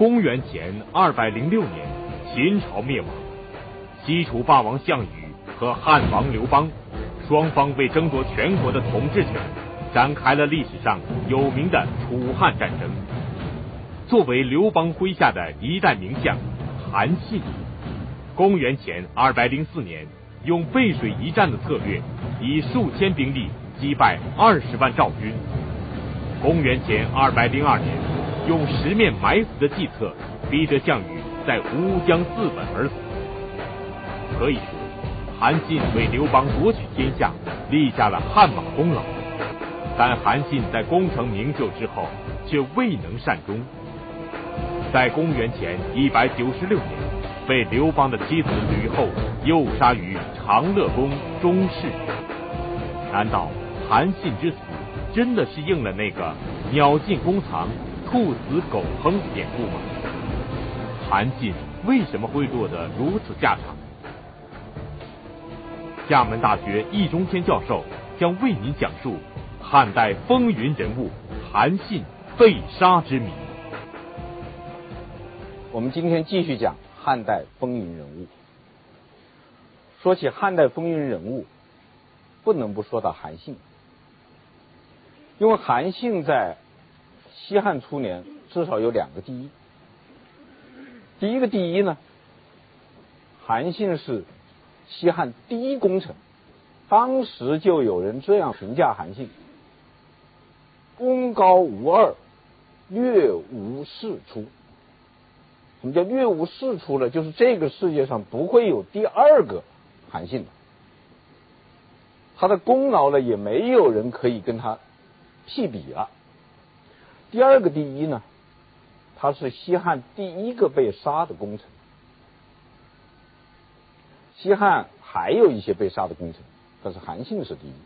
公元前206年，秦朝灭亡，西楚霸王项羽和汉王刘邦双方为争夺全国的统治权，展开了历史上有名的楚汉战争。作为刘邦麾下的一代名将，韩信，公元前204年用背水一战的策略，以数千兵力击败20万赵军。公元前202年，用十面埋伏的计策，逼着项羽在乌江自刎而死。可以说，韩信为刘邦夺取天下立下了汗马功劳，但韩信在功成名就之后，却未能善终。在公元前196年，被刘邦的妻子吕后诱杀于长乐宫中室。难道韩信之死真的是应了那个鸟尽弓藏，兔死狗烹的典故吗？韩信为什么会落得如此下场？厦门大学易中天教授将为您讲述汉代风云人物韩信被杀之谜。 我们今天继续讲汉代风云人物。说起汉代风云人物，不能不说到韩信，因为韩信在西汉初年至少有2个第一。第一个第一呢，韩信是西汉第一功臣，当时就有人这样评价韩信：功高无二，略无世出。什么叫略无世出呢？就是这个世界上不会有第二个韩信了，他的功劳呢也没有人可以跟他匹比了。第二个第一呢，他是西汉第一个被杀的功臣。西汉还有一些被杀的功臣，但是韩信是第一。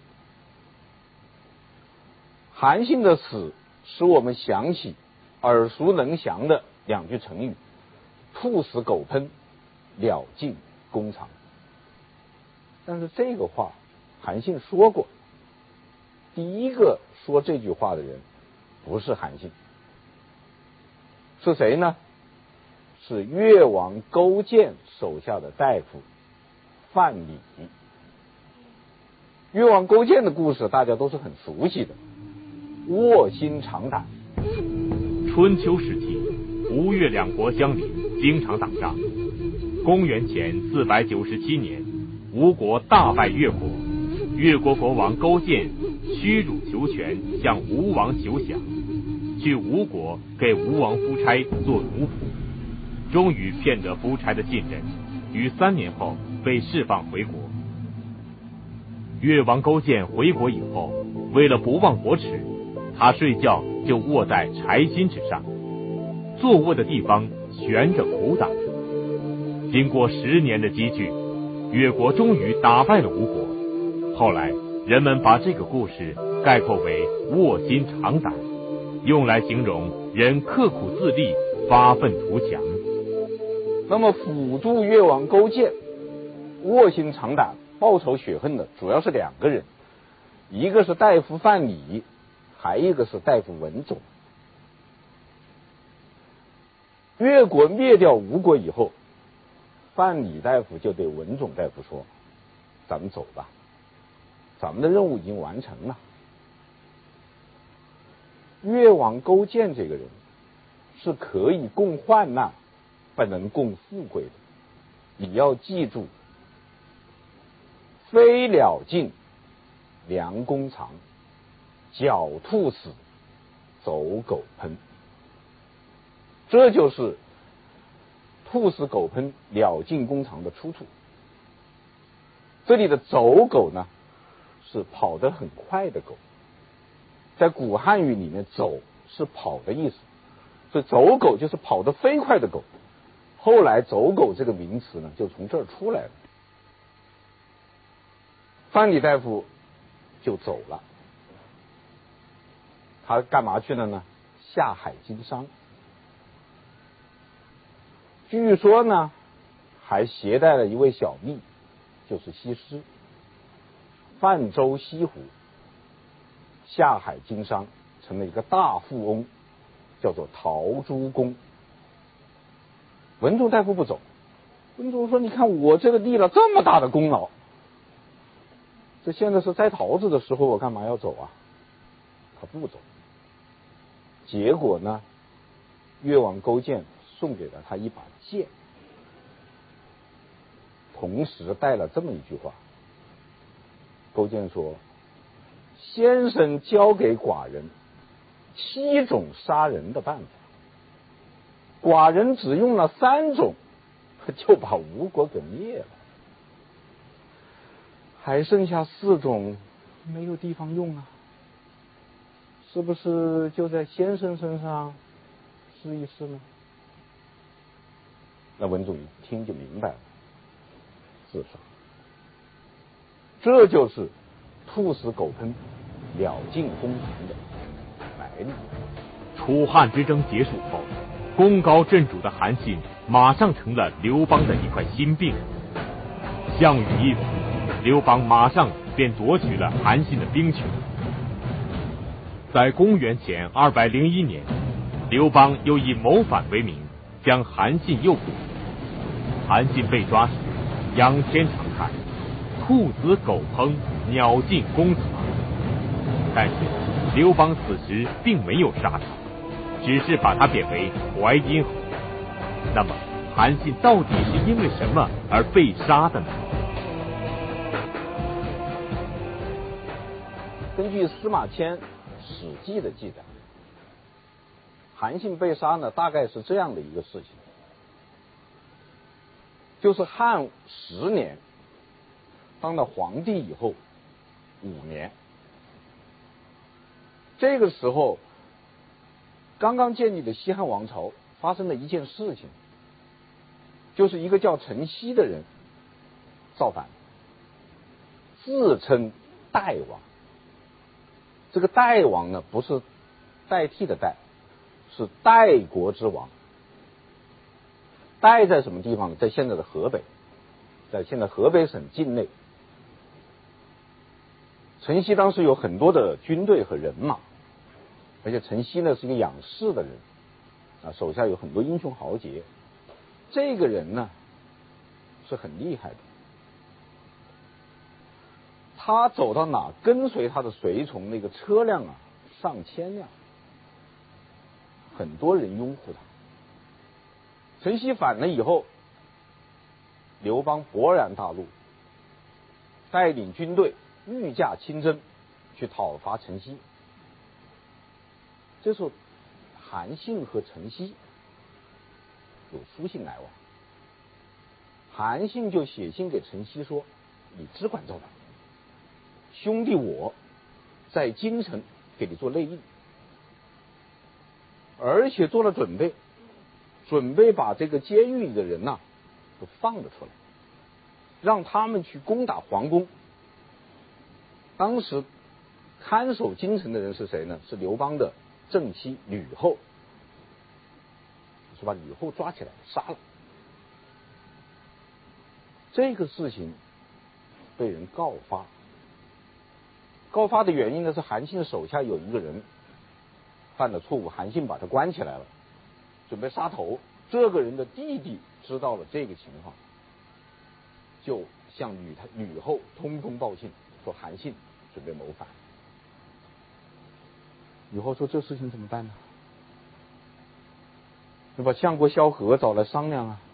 韩信的死使我们想起耳熟能详的2句成语：兔死狗烹，鸟尽弓藏。但是这个话韩信说过，第一个说这句话的人不是韩信，是谁呢？是越王勾践手下的大夫范蠡。越王勾践的故事大家都是很熟悉的，卧薪尝胆。 春秋时期，吴越2国相邻，经常打仗。公元前497年，吴国大败越国，越国国王勾践屈辱求全，向吴王求降，去吴国给吴王夫差做奴仆，终于骗得夫差的信任，于3年后被释放回国。越王勾践回国以后，为了不忘国耻，他睡觉就卧在柴薪之上，坐卧的地方悬着苦胆。经过10年的积聚，越国终于打败了吴国。后来人们把这个故事概括为卧薪尝胆，用来形容人刻苦自立，发愤图强。 那么辅助越王勾践卧薪尝胆报仇雪恨的主要是2个人，一个是大夫范蠡，还一个是大夫文种。越国灭掉吴国以后，范蠡大夫就对文种大夫说：咱们走吧，咱们的任务已经完成了。越王勾践这个人是可以共患难，不能共富贵的。你要记住，飞鸟尽，良弓藏，狡兔死，走狗烹。这就是兔死狗烹，鸟尽弓藏的出处。这里的走狗呢，是跑得很快的狗。在古汉语里面，走是跑的意思，所以走狗就是跑得飞快的狗。后来走狗这个名词呢，就从这儿出来了。范蠡大夫就走了，他干嘛去了呢？下海经商。据说呢，还携带了一位小吏，就是西施，泛舟西湖，下海经商，成了一个大富翁，叫做陶朱公。 文仲大夫不走。文仲说：“你看我这个立了这么大的功劳，这现在是摘桃子的时候，我干嘛要走啊？”他不走。结果呢，越王勾践送给了他一把剑，同时带了这么一句话。勾践说：“先生教给寡人7种杀人的办法，寡人只用了3种，就把吴国给灭了，还剩下4种没有地方用啊，是不是就在先生身上试一试呢？”那文种一听就明白了，自杀。这就是兔死狗烹，了尽弓藏的来历。 楚汉之争结束后，功高震主的韩信马上成了刘邦的一块心病。项羽一死，刘邦马上便夺取了韩信的兵权。在公元前201年，刘邦又以谋反为名将韩信诱捕。韩信被抓时，仰天长叹：“兔死狗烹，鸟尽弓藏。”但是刘邦此时并没有杀他，只是把他贬为淮阴侯。那么韩信到底是因为什么而被杀的呢？ 根据司马迁《史记》的记载，韩信被杀呢，大概是这样的一个事情，就是汉10年当了皇帝以后5年，这个时候刚刚建立的西汉王朝发生了一件事情，就是一个叫陈豨的人造反，自称代王。这个代王呢，不是代替的代，是代国之王。代在什么地方呢？在现在的河北，在现在河北省境内。陈豨当时有很多的军队和人马，而且陈豨呢是一个养士的人啊，手下有很多英雄豪杰。这个人呢是很厉害的，他走到哪，跟随他的随从那个车辆啊上千辆，很多人拥护他。陈豨反了以后，刘邦勃然大怒，带领军队御驾亲征去讨伐陈豨。这时候韩信和陈豨有书信来往，韩信就写信给陈豨说：“你只管造反，兄弟我在京城给你做内应，而且做了准备，把这个监狱里的人呐都放了出来，让他们去攻打皇宫。”当时看守京城的人是谁呢？是刘邦的正妻吕后，是把吕后抓起来杀了。这个事情被人告发，告发的原因呢是韩信手下有一个人犯了错误，韩信把他关起来了，准备杀头。这个人的弟弟知道了这个情况，就向吕后通风报信，说韩信准备谋反。吕后说：“这事情怎么办呢？就把相国萧何找来商量啊。”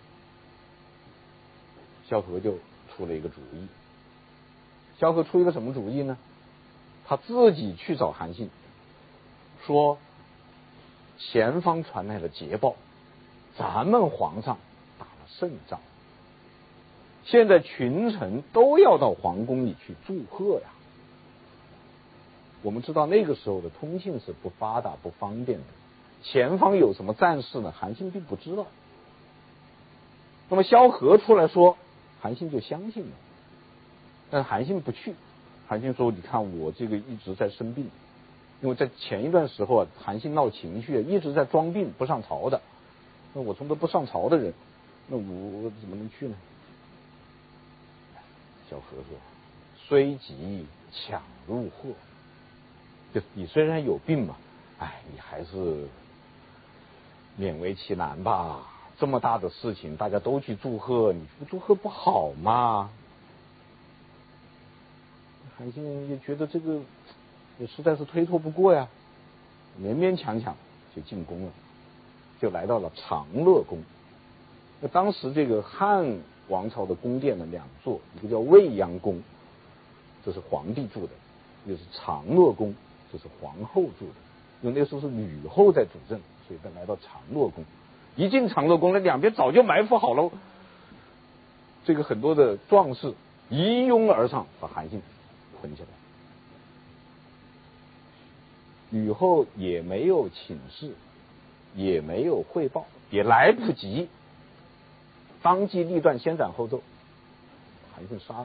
萧何就出了一个主意。萧何出一个什么主意呢？他自己去找韩信，说前方传来了捷报，咱们皇上打了胜仗，现在群臣都要到皇宫里去祝贺呀。我们知道那个时候的通信是不发达不方便的，前方有什么战事呢？韩信并不知道。那么萧何出来说，韩信就相信了，但韩信不去。韩信说：“你看我这个一直在生病，因为在前一段时候啊，韩信闹情绪，一直在装病不上朝的。那我从这不上朝的人，那我怎么能去呢？”萧何说：“虽急强入贺。”就你虽然有病嘛，你还是勉为其难吧， 这么大的事情，大家都去祝贺，你不祝贺不好吗？韩信也觉得这个也实在是推脱不过呀，勉勉强强就进宫了，就来到了长乐宫。那当时这个汉王朝的宫殿呢，两座，一个叫未央宫，这是皇帝住的；一个是长乐宫，这是皇后住的。因为那时候是吕后在主政，所以他来到长乐宫。一进长乐宫，那两边早就埋伏好了，这个很多的壮士一拥而上，把韩信捆起来。吕后也没有请示，也没有汇报，也来不及，当机立断，先斩后奏，韩信杀了，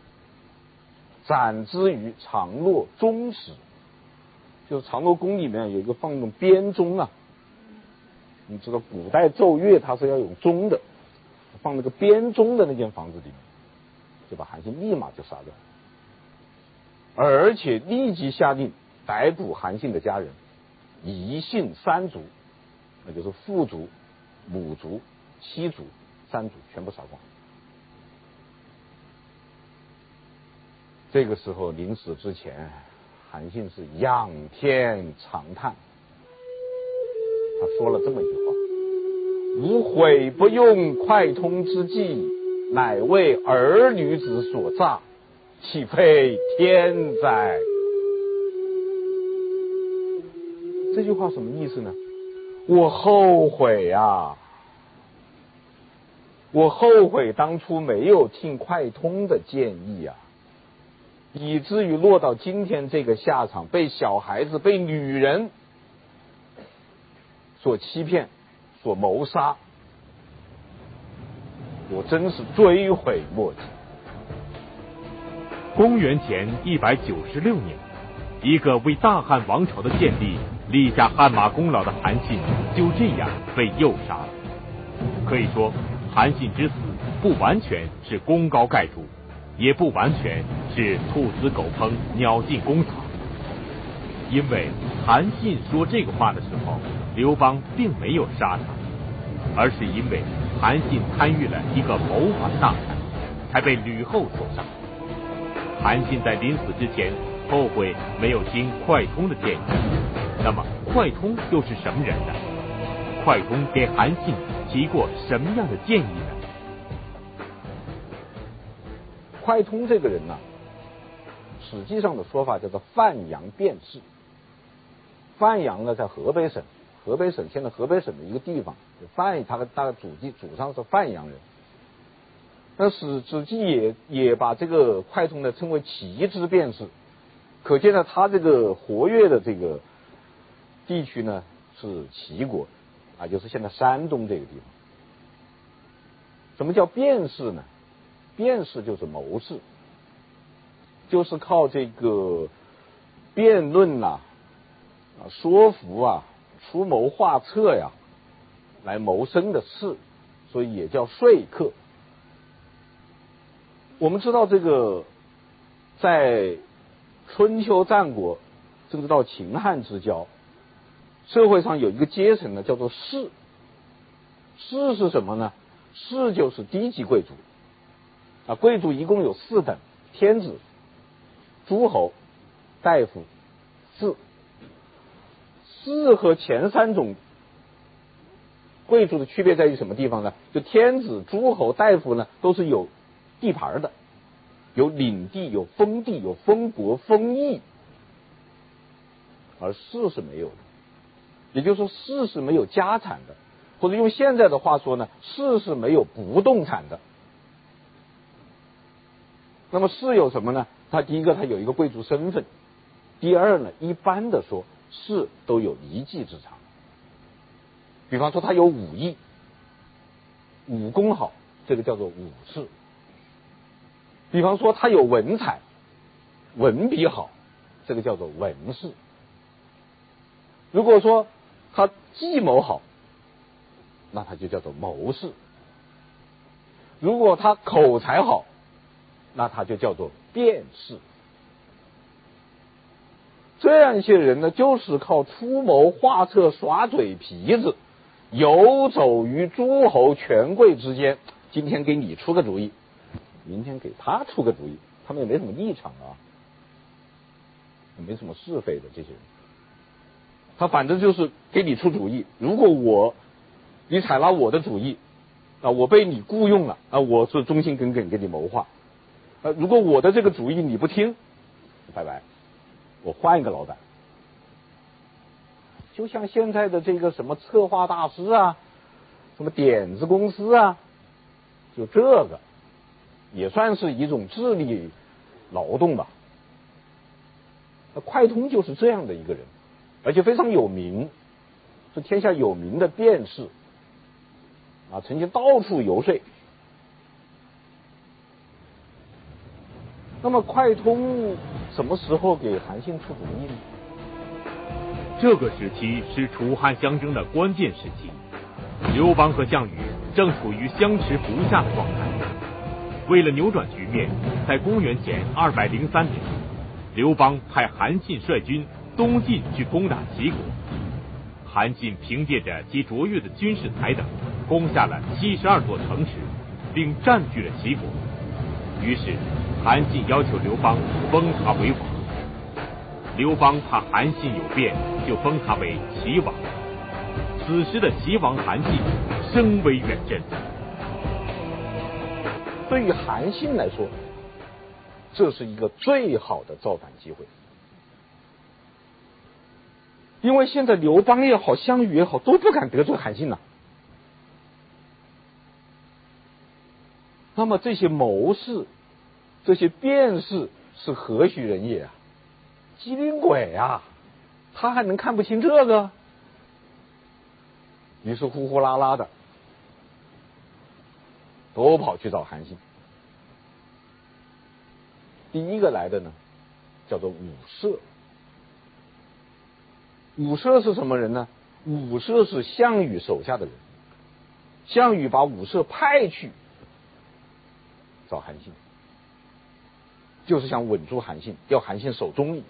斩之于长乐钟室。就是长乐宫里面有一个放那种编钟啊，你知道古代奏乐它是要有钟的，放那个编钟的那间房子里面，就把韩信立马就杀掉，而且立即下令逮捕韩信的家人，夷信三族，那就是父族、母族、妻族三族全部杀光。这个时候临死之前，韩信是仰天长叹，他说了这么一句话：吾悔不用快通之计，乃为儿女子所诈，岂非天哉？这句话什么意思呢？我后悔啊，我后悔当初没有听快通的建议啊，以至于落到今天这个下场，被小孩子、被女人所欺骗、所谋杀，我真是追悔莫及。 公元前196年，一个为大汉王朝的建立立下汗马功劳的韩信，就这样被诱杀了。可以说，韩信之死不完全是功高盖主，也不完全是兔死狗烹、鸟尽弓藏。因为韩信说这个话的时候，刘邦并没有杀他，而是因为韩信参与了一个谋反大战，才被吕后所杀。韩信在临死之前后悔没有听快通的建议，那么快通又是什么人呢？快通给韩信提过什么样的建议呢？ 快通这个人呢，实际上的说法叫做范阳辩士。范阳呢在河北省，河北省现在河北省的一个地方，他的祖上是范阳人。那史记也把这个快通呢称为奇之辩士，可见呢他这个活跃的这个地区呢是齐国啊，就是现在山东这个地方。什么叫辩士呢？辩士就是谋士，就是靠这个辩论呐、说服啊、出谋划策呀来谋生的士，所以也叫说客。我们知道这个在春秋战国甚至到秦汉之交，社会上有一个阶层呢叫做士。士是什么呢？士就是低级贵族啊，贵族一共有4等：天子、诸侯、大夫、士。士和前3种贵族的区别在于什么地方呢？就天子、诸侯、大夫呢，都是有地盘的，有领地、有封地、有封国、封邑，而士是没有的。也就是说，士是没有家产的，或者用现在的话说呢，士是没有不动产的。那么士有什么呢？他第一个，他有一个贵族身份；第二呢，一般的说，士都有一技之长。比方说他有武艺，武功好，这个叫做武士。比方说他有文采，文笔好，这个叫做文士。如果说他计谋好，那他就叫做谋士。如果他口才好，那他就叫做辩士。这样一些人呢，就是靠出谋划策、耍嘴皮子， 游走于诸侯权贵之间，今天给你出个主意，明天给他出个主意，他们也没什么立场啊，也没什么是非的这些人，他反正就是给你出主意。如果你采纳我的主意啊，我被你雇佣了啊，我是忠心耿耿给你谋划。如果我的这个主意你不听，拜拜，我换一个老板。就像现在的这个什么策划大师啊，什么点子公司啊，就这个也算是一种智力劳动吧。快通就是这样的一个人，而且非常有名，是天下有名的辩士啊，曾经到处游说。那么快通什么时候给韩信出主意呢？ 这个时期是楚汉相争的关键时期，刘邦和项羽正处于相持不下的状态。为了扭转局面，在公元前203年，刘邦派韩信率军东进去攻打齐国。韩信凭借着其卓越的军事才能，攻下了72座城池，并占据了齐国。于是韩信要求刘邦封他为王。刘邦怕韩信有变，就封他为齐王。此时的齐王韩信声威远震。 对于韩信来说，这是一个最好的造反机会，因为现在刘邦也好，项羽也好，都不敢得罪韩信了。那么这些谋士、这些辩士是何许人也啊？机灵鬼啊，他还能看不清这个？于是呼呼啦啦的都跑去找韩信。第一个来的呢，叫做伍奢。伍奢是什么人呢？伍奢是项羽手下的人，项羽把伍奢派去找韩信，就是想稳住韩信，要韩信守忠义。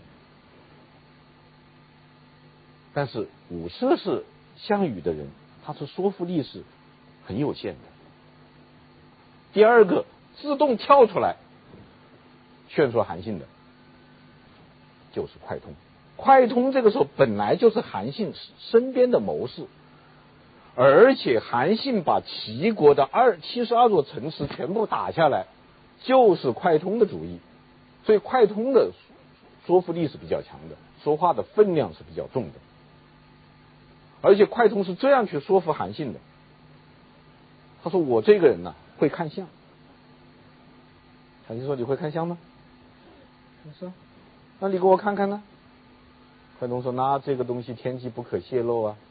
但是伍奢是项羽的人，他是说服力是很有限的。第二个，自动跳出来劝说韩信的就是快通。快通这个时候本来就是韩信身边的谋士，而且韩信把齐国的72座城池全部打下来，就是快通的主意，所以快通的说服力是比较强的，说话的分量是比较重的。而且快通是这样去说服韩信的，他说我这个人呢会看相。韩信说你会看相吗？是，那你给我看看呢？快通说那这个东西天机不可泄露啊。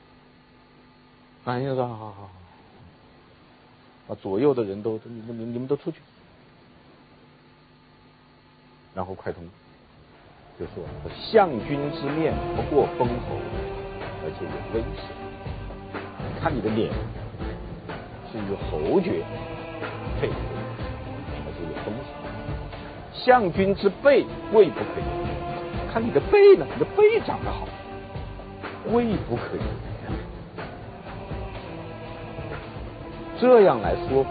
韩信说好好好，把左右的人都你们都出去。然后快通就说相君之面不过封侯，而且有威胁，看你的脸是与侯爵配合，还是有风险。相君之背贵不可言，看你的背呢，你的背长得好，贵不可言。这样来说服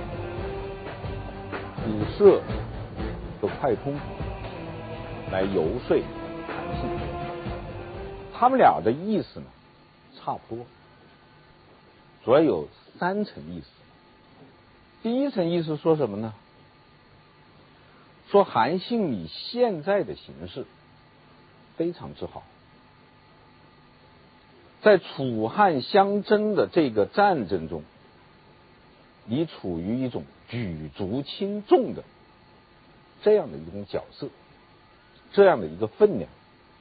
伍奢和快通来游说韩信，他们俩的意思呢差不多，主要有3层意思。第一层意思说什么呢？说韩信你现在的形势非常之好，在楚汉相争的这个战争中，你处于一种举足轻重的这样的一种角色，这样的一个分量。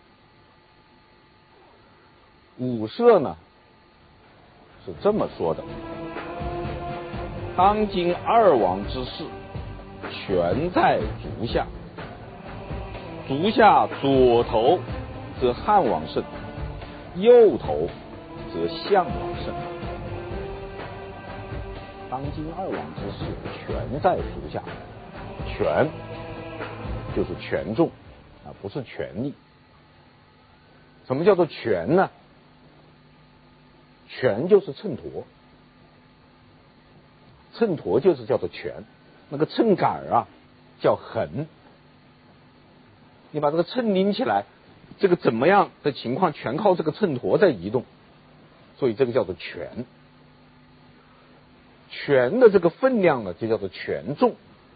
伍奢呢是这么说的：当今2王之势，全在足下。足下左投则汉王胜，右投则项王胜。当今2王之势，全在足下。权就是权重啊，不是权力。什么叫做权呢？ 权就是秤砣，秤砣就是叫做权，那个秤杆啊叫衡。你把这个秤拎起来，这个怎么样的情况全靠这个秤砣在移动，所以这个叫做权。权的这个分量呢，就叫做权重。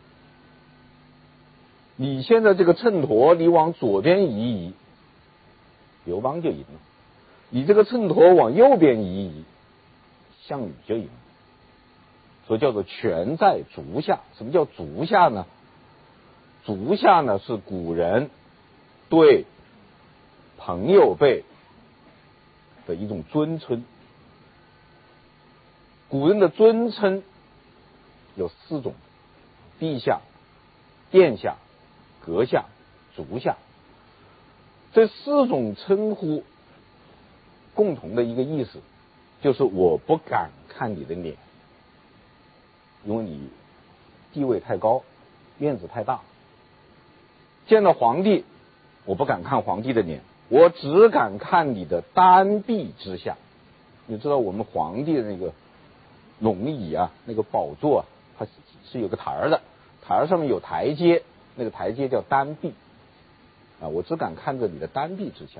你现在这个秤砣，你往左边移，刘邦就赢了；你这个秤砣往右边移，项羽就赢了。所以叫做权在足下。什么叫足下呢？足下呢是古人对朋友辈的一种尊称。古人的尊称有4种：陛下、殿下、阁下、足下。这4种称呼共同的一个意思，就是我不敢看你的脸，因为你地位太高，面子太大。见到皇帝，我不敢看皇帝的脸，我只敢看你的单臂之下。你知道我们皇帝的那个龙椅啊，那个宝座啊，它是有个台儿的，台儿上面有台阶，那个台阶叫单臂啊，我只敢看着你的单臂之下。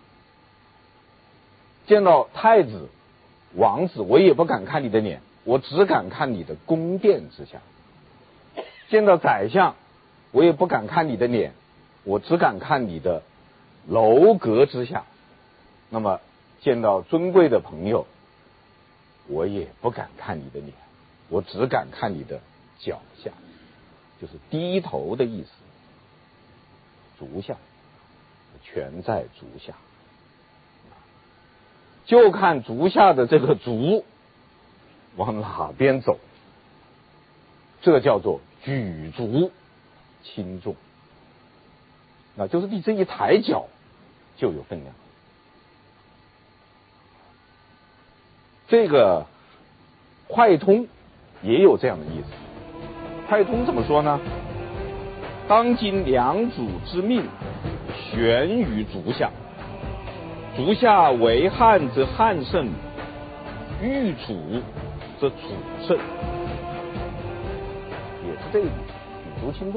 见到太子、王子，我也不敢看你的脸，我只敢看你的宫殿之下。见到宰相，我也不敢看你的脸，我只敢看你的楼阁之下。那么见到尊贵的朋友，我也不敢看你的脸，我只敢看你的脚下，就是低头的意思。足下，权在足下，就看足下的这个足往哪边走，这叫做举足轻重。那就是你这一抬脚就有分量。这个快通也有这样的意思。快通怎么说呢？当今良主之命，悬于足下。足下为汉则汉胜，欲楚则楚胜。也是这一点，举足轻重。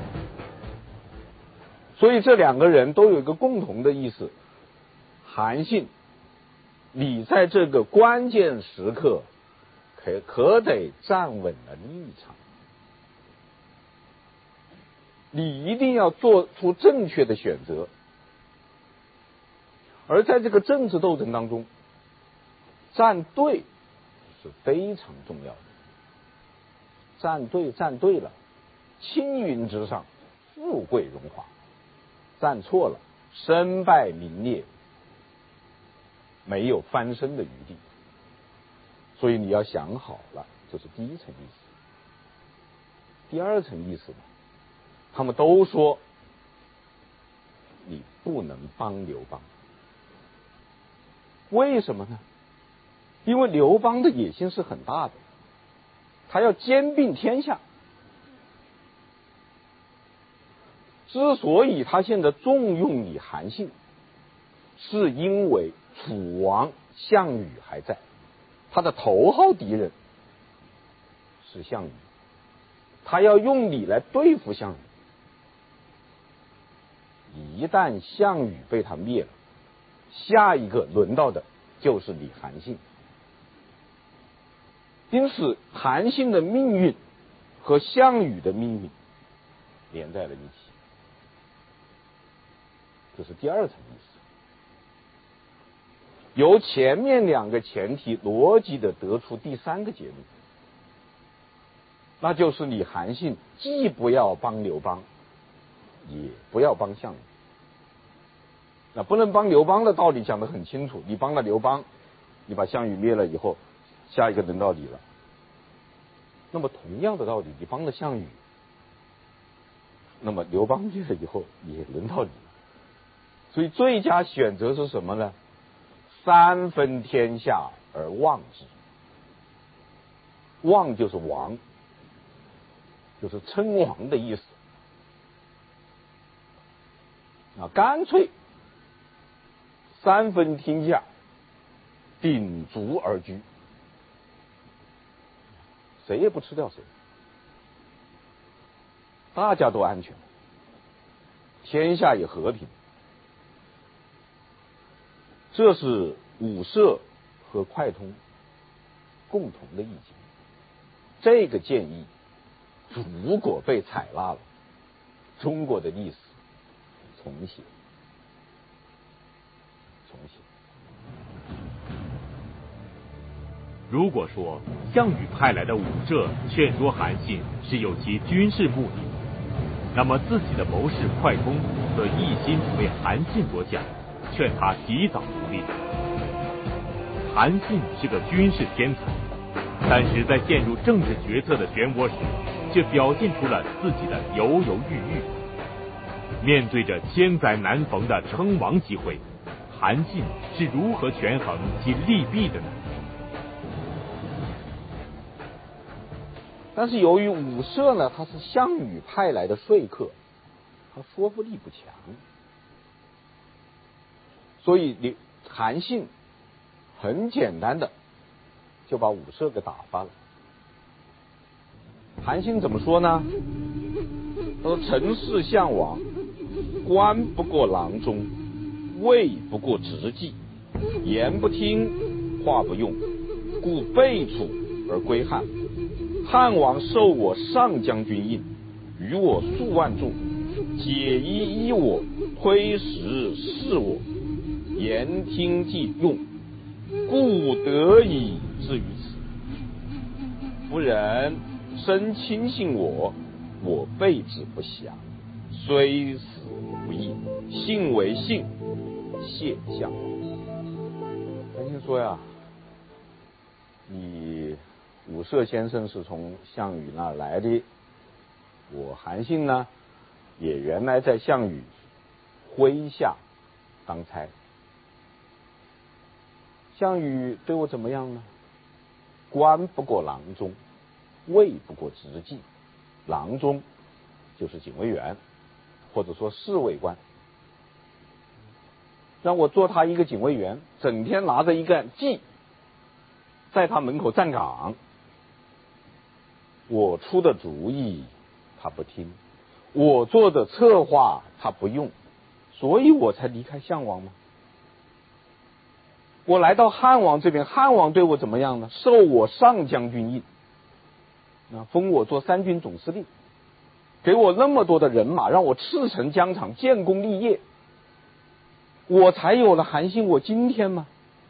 所以这2个人都有一个共同的意思：韩信，你在这个关键时刻可得站稳了立场，你一定要做出正确的选择。而在这个政治斗争当中，站对是非常重要的。站对了，青云直上，富贵荣华；站错了，身败名裂，没有翻身的余地。所以你要想好了，这是第一层意思。第二层意思呢，他们都说你不能帮刘邦。为什么呢？因为刘邦的野心是很大的，他要兼并天下。之所以他现在重用你韩信，是因为楚王项羽还在，他的头号敌人是项羽，他要用你来对付项羽。一旦项羽被他灭了，下一个轮到的就是你韩信。因此韩信的命运和项羽的命运连在了一起，这是第二层意思。由前面2个前提逻辑的得出第3个结论，那就是你韩信既不要帮刘邦，也不要帮项羽。那不能帮刘邦的道理讲得很清楚，你帮了刘邦，你把项羽灭了以后，下一个轮到你了。那么同样的道理，你帮了项羽，那么刘邦灭了以后也轮到你了。所以最佳选择是什么呢？3分天下而望之。望就是王，就是称王的意思。干脆3分天下， 鼎足而居，谁也不吃掉谁，大家都安全，天下也和平。这是伍奢和快通共同的意见。这个建议如果被采纳了，中国的历史重写。 如果说项羽派来的伍奢劝说韩信是有其军事目的，那么自己的谋士快通则一心为韩信着想，劝他及早独立。韩信是个军事天才，但是在陷入政治决策的漩涡时，却表现出了自己的犹犹豫豫。面对着千载难逢的称王机会，韩信是如何权衡其利弊的呢？ 但是由于伍奢呢，他是项羽派来的说客，他说服力不强，所以韩信很简单的就把伍奢给打发了。韩信怎么说呢？他说：“臣是项王，官不过郎中，位不过职计，言不听，话不用，故备楚而归汉。汉王授我上将军印，与我数万众，解衣衣我，推食事我，言听计用，故得以至于此。夫人深亲信我，我备之不降，虽死不义。信为信，谢项王。”韩信说呀，你伍奢先生是从项羽那儿来的，我韩信呢也原来在项羽麾下当差。项羽对我怎么样呢？官不过郎中，位不过职计。郎中就是警卫员，或者说侍卫官，让我做他一个警卫员，整天拿着一个计在他门口站岗，我出的主意他不听，我做的策划他不用，所以我才离开项王嘛。我来到汉王这边，汉王对我怎么样呢？授我上将军印，封我做3军总司令，给我那么多的人马，让我驰骋疆场，建功立业，我才有了韩信我今天吗？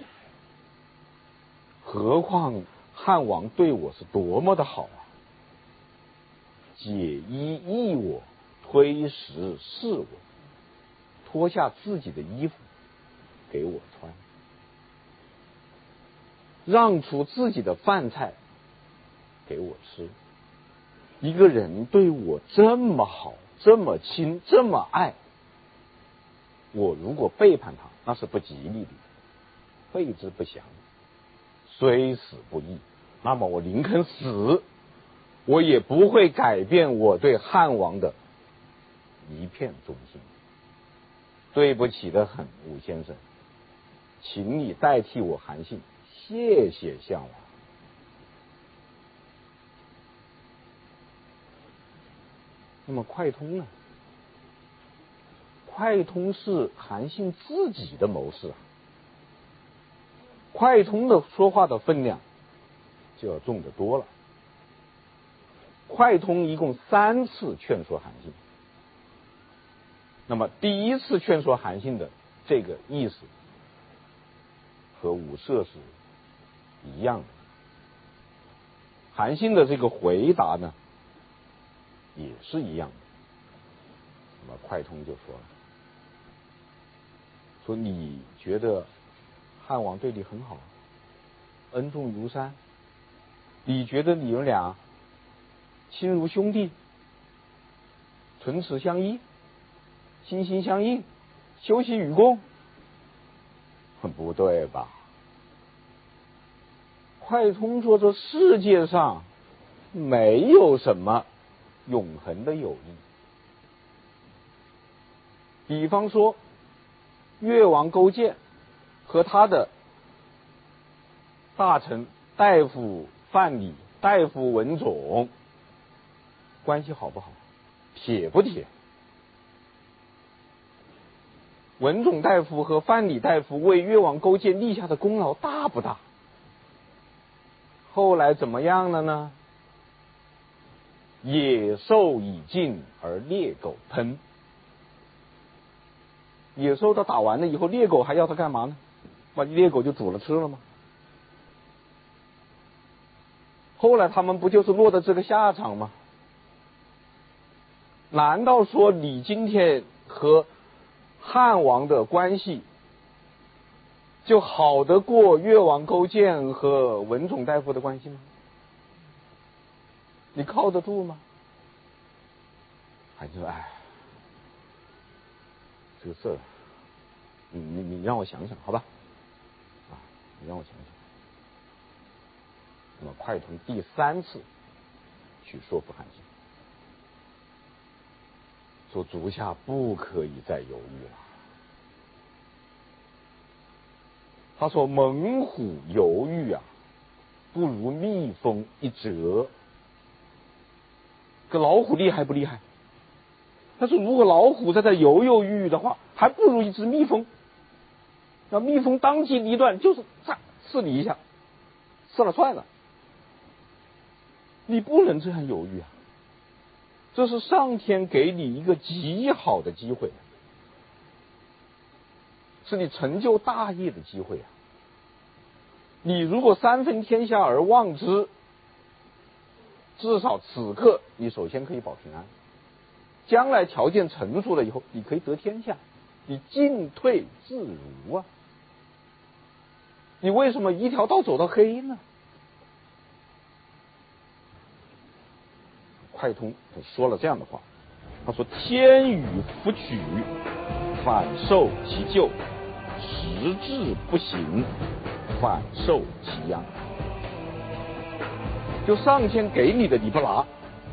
何况汉王对我是多么的好啊！解衣衣我，推食事我，脱下自己的衣服给我穿，让出自己的饭菜给我吃。一个人对我这么好，这么亲，这么爱，我如果背叛他，那是不吉利的，备之不降，虽死不义。那么我宁肯死，我也不会改变我对汉王的一片忠心。对不起的很，伍先生，请你代替我韩信，谢谢项王。那么快通呢？快通是韩信自己的谋士啊，快通的说话的分量就要重得多了。快通一共3次劝说韩信，那么第一次劝说韩信的这个意思和伍奢是一样的，韩信的这个回答呢也是一样的。那么快通就说了，说你觉得汉王对你很好，恩重如山，你觉得你们俩亲如兄弟，唇齿相依，心心相印，休戚与共，不对吧？快通说，这世界上没有什么永恒的友谊。比方说越王勾践和他的大臣大夫范蠡、大夫文种关系好不好？铁不铁？文种大夫和范蠡大夫为越王勾践立下的功劳大不大？后来怎么样了呢？野兽已尽而猎狗烹。野兽他打完了以后，猎狗还要他干嘛呢？把猎狗就煮了吃了吗？后来他们不就是落得这个下场吗？难道说你今天和汉王的关系就好得过越王勾践和文种大夫的关系吗？你靠得住吗？还是哎，这个事儿，你让我想想，好吧？啊，你让我想想。那么快通第3次去说服韩信，说足下不可以再犹豫了。他说猛虎犹豫啊，不如蜜蜂一蛰。这老虎厉害不厉害？他说如果老虎在这犹豫的话，还不如一只蜜蜂。那蜜蜂当机立断，就是刺你一下，刺了算了。你不能这样犹豫啊！这是上天给你一个极好的机会，是你成就大业的机会啊！你如果3分天下而忘之，至少此刻你首先可以保平安，将来条件成熟了以后，你可以得天下，你进退自如啊！你为什么一条道走到黑呢？快通说了这样的话，他说天与弗取，反受其咎，时至不行，反受其殃。就上天给你的你不拿，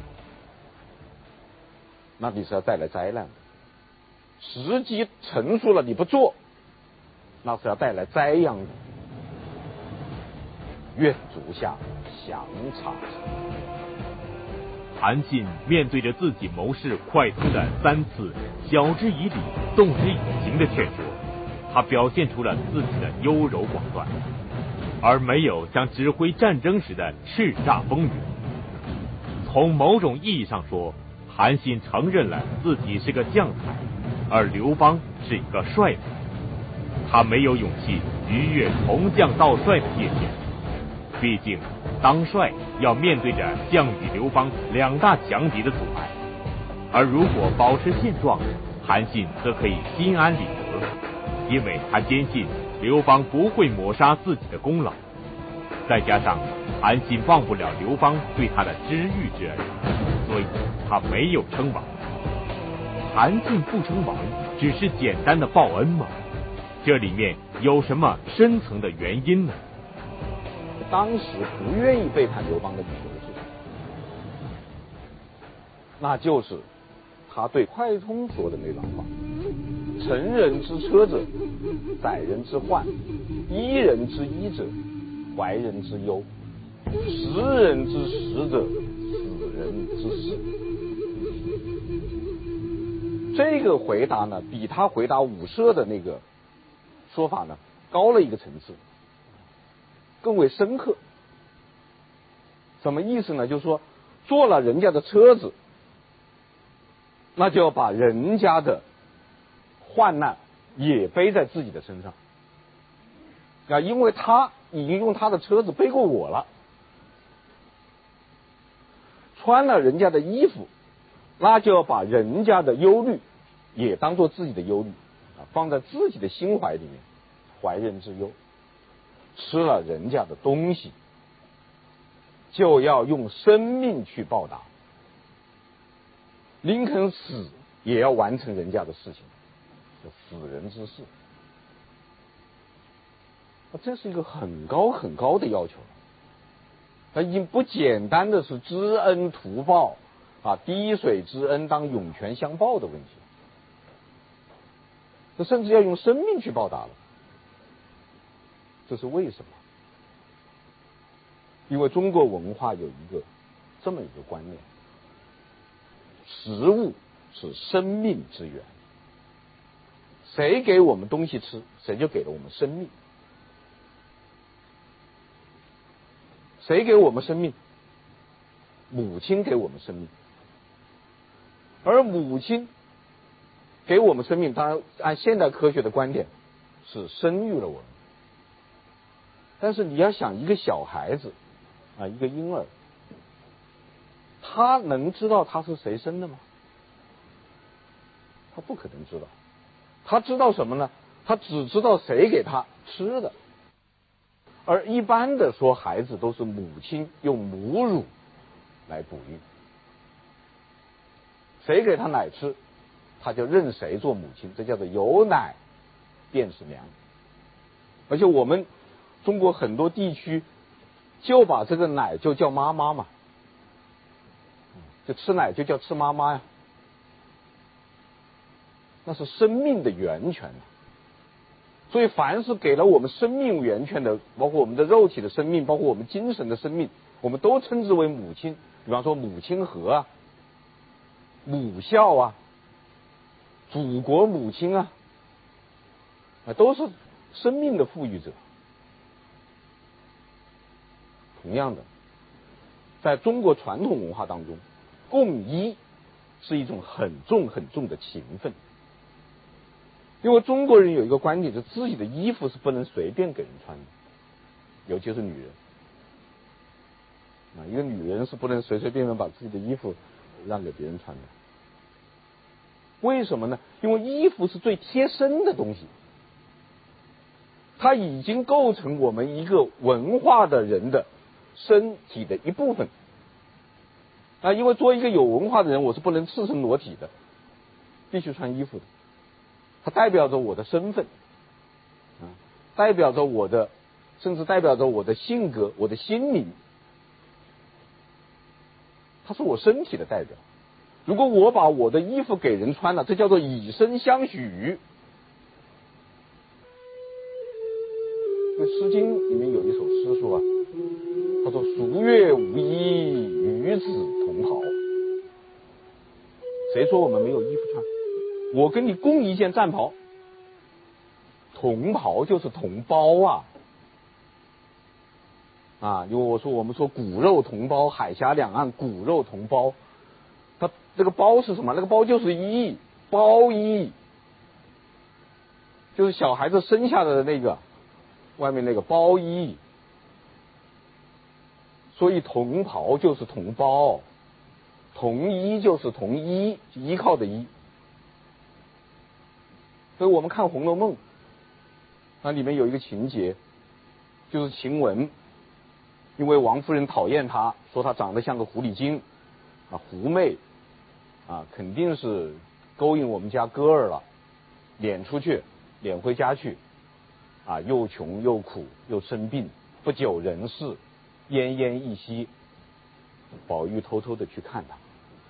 那你是要带来灾难的；时机成熟了你不做，那是要带来灾殃的。愿足下详察。 韩信面对着自己谋士快通的3次晓之以理、动之以情的劝说，他表现出了自己的优柔寡断，而没有像指挥战争时的叱咤风云。从某种意义上说，韩信承认了自己是个将才，而刘邦是一个帅才。他没有勇气逾越从将到帅的界限，毕竟当帅要面对着项羽、刘邦2大强敌的阻碍，而如果保持现状，韩信则可以心安理得，因为他坚信刘邦不会抹杀自己的功劳。再加上韩信忘不了刘邦对他的知遇之恩，所以他没有称王。韩信不称王，只是简单的报恩吗？这里面有什么深层的原因呢？ 当时不愿意背叛刘邦的理由是什么？那就是他对快通说的那段话：乘人之车者，载人之患；依人之依者，怀人之忧；食人之食者，死人之事。这个回答呢，比他回答武涉的那个说法呢高了一个层次，更为深刻。什么意思呢？就是说坐了人家的车子，那就要把人家的患难也背在自己的身上啊，因为他已经用他的车子背过我了。穿了人家的衣服，那就要把人家的忧虑也当做自己的忧虑啊，放在自己的心怀里面，怀人之忧。吃了人家的东西，就要用生命去报答，宁肯死也要完成人家的事情，叫死人之事。这是一个很高很高的要求，它已经不简单的是知恩图报啊，滴水之恩当涌泉相报的问题，这甚至要用生命去报答了。这是为什么？ 因为中国文化有这么一个观念，食物是生命之源，谁给我们东西吃，谁就给了我们生命。谁给我们生命？母亲给我们生命。而母亲给我们生命，当然按现代科学的观点是生育了我们。但是你要想一个小孩子啊，一个婴儿，他能知道他是谁生的吗？他不可能知道。他知道什么呢？他只知道谁给他吃的。而一般的说，孩子都是母亲用母乳来哺育，谁给他奶吃，他就认谁做母亲，这叫做有奶便是娘。而且我们中国很多地区就把这个奶就叫妈妈嘛，就吃奶就叫吃妈妈呀，那是生命的源泉。所以凡是给了我们生命源泉的，包括我们的肉体的生命，包括我们精神的生命，我们都称之为母亲。比方说母亲河啊，母校啊，祖国母亲啊，都是生命的赋予者。同样的，在中国传统文化当中，供衣是一种很重很重的情分。因为中国人有一个观点，就是自己的衣服是不能随便给人穿的，尤其是女人啊，一个女人是不能随随便便把自己的衣服让给别人穿的。为什么呢？因为衣服是最贴身的东西，它已经构成我们一个文化的人的身体的一部分啊。因为作为一个有文化的人，我是不能赤身裸体的，必须穿衣服的。它代表着我的身份，代表着我的，甚至代表着我的性格、我的心灵，它是我身体的代表。如果我把我的衣服给人穿了，这叫做以身相许。那《诗经》里面有一首诗说啊，他说“孰乐无衣，与子同袍”。谁说我们没有衣服穿？我跟你共一件战袍，同袍就是同胞啊，因为我们说骨肉同胞，海峡两岸骨肉同胞，它这个胞是什么？那个胞就是衣，胞衣，就是小孩子生下来的那个外面那个胞衣。所以同袍就是同胞，同衣就是同依，依靠的依。所以我们看《红楼梦》，那里面有一个情节，就是晴雯，因为王夫人讨厌她，说她长得像个狐狸精啊，狐媚啊，肯定是勾引我们家哥儿了，撵出去，撵回家去啊，又穷又苦又生病，不久人世，奄奄一息。宝玉偷偷的去看他，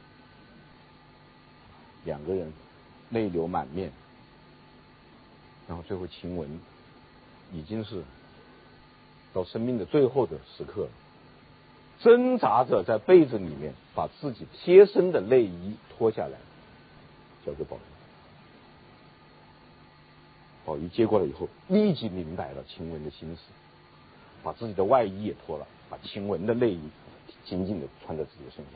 两个人泪流满面。然后最后晴雯已经是到生命的最后的时刻了，挣扎着在被子里面把自己贴身的内衣脱下来交给宝玉。宝玉接过来以后，立即明白了晴雯的心思，把自己的外衣也脱了，把晴雯的内衣紧紧的穿在自己的身上。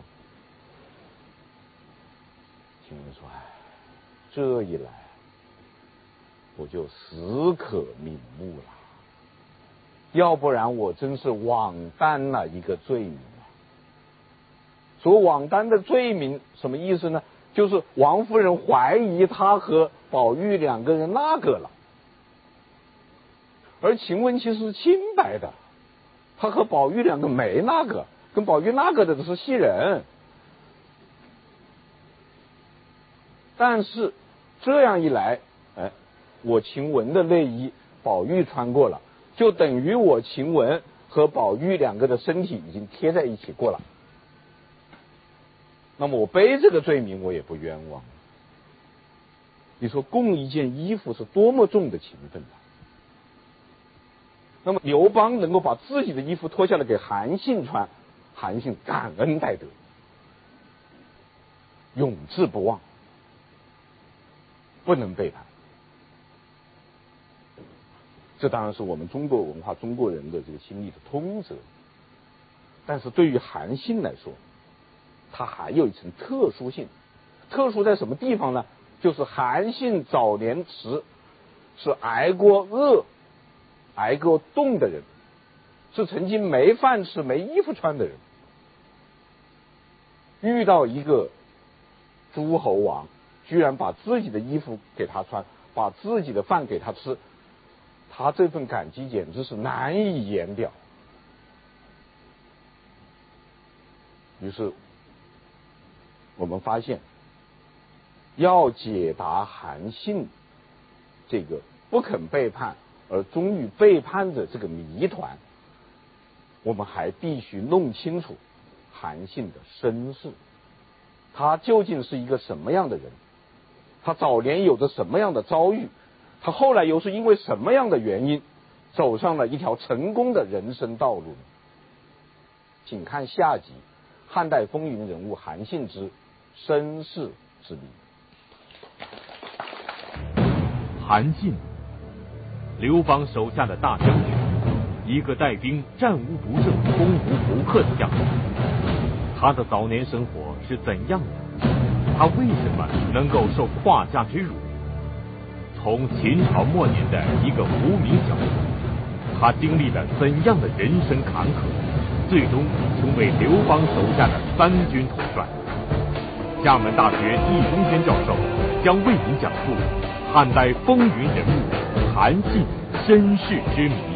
晴雯说：“哎，这一来我就死可瞑目了，要不然我真是枉担了一个罪名啊。”所谓枉担的罪名什么意思呢？就是王夫人怀疑他和宝玉两个人那个了，而晴雯其实是清白的，他和宝玉两个没那个，跟宝玉那个的是袭人。但是这样一来，我晴雯的内衣宝玉穿过了，就等于我晴雯和宝玉两个的身体已经贴在一起过了。那么我背这个罪名我也不冤枉。你说共一件衣服是多么重的情分那么刘邦能够把自己的衣服脱下来给韩信穿，韩信感恩戴德，永志不忘，不能背叛。这当然是我们中国文化、中国人的这个心理的通则。但是对于韩信来说，他还有一层特殊性。特殊在什么地方呢？就是韩信早年时是挨过饿、挨过冻的人，是曾经没饭吃、没衣服穿的人。遇到一个诸侯王，居然把自己的衣服给他穿，把自己的饭给他吃，他这份感激简直是难以言表。于是我们发现，要解答韩信这个不肯背叛而终于背叛的这个谜团，我们还必须弄清楚韩信的身世，他究竟是一个什么样的人，他早年有着什么样的遭遇，他后来又是因为什么样的原因走上了一条成功的人生道路呢？请看下集《汉代风云人物韩信之身世之谜》。 韩信，刘邦手下的大将军，一个带兵战无不胜、攻无不克的将领。他的早年生活是怎样的？他为什么能够受胯下之辱？从秦朝末年的一个无名小卒，他经历了怎样的人生坎坷，最终成为刘邦手下的三军统帅？厦门大学易中天教授将为您讲述汉代风云人物韩信身世之谜。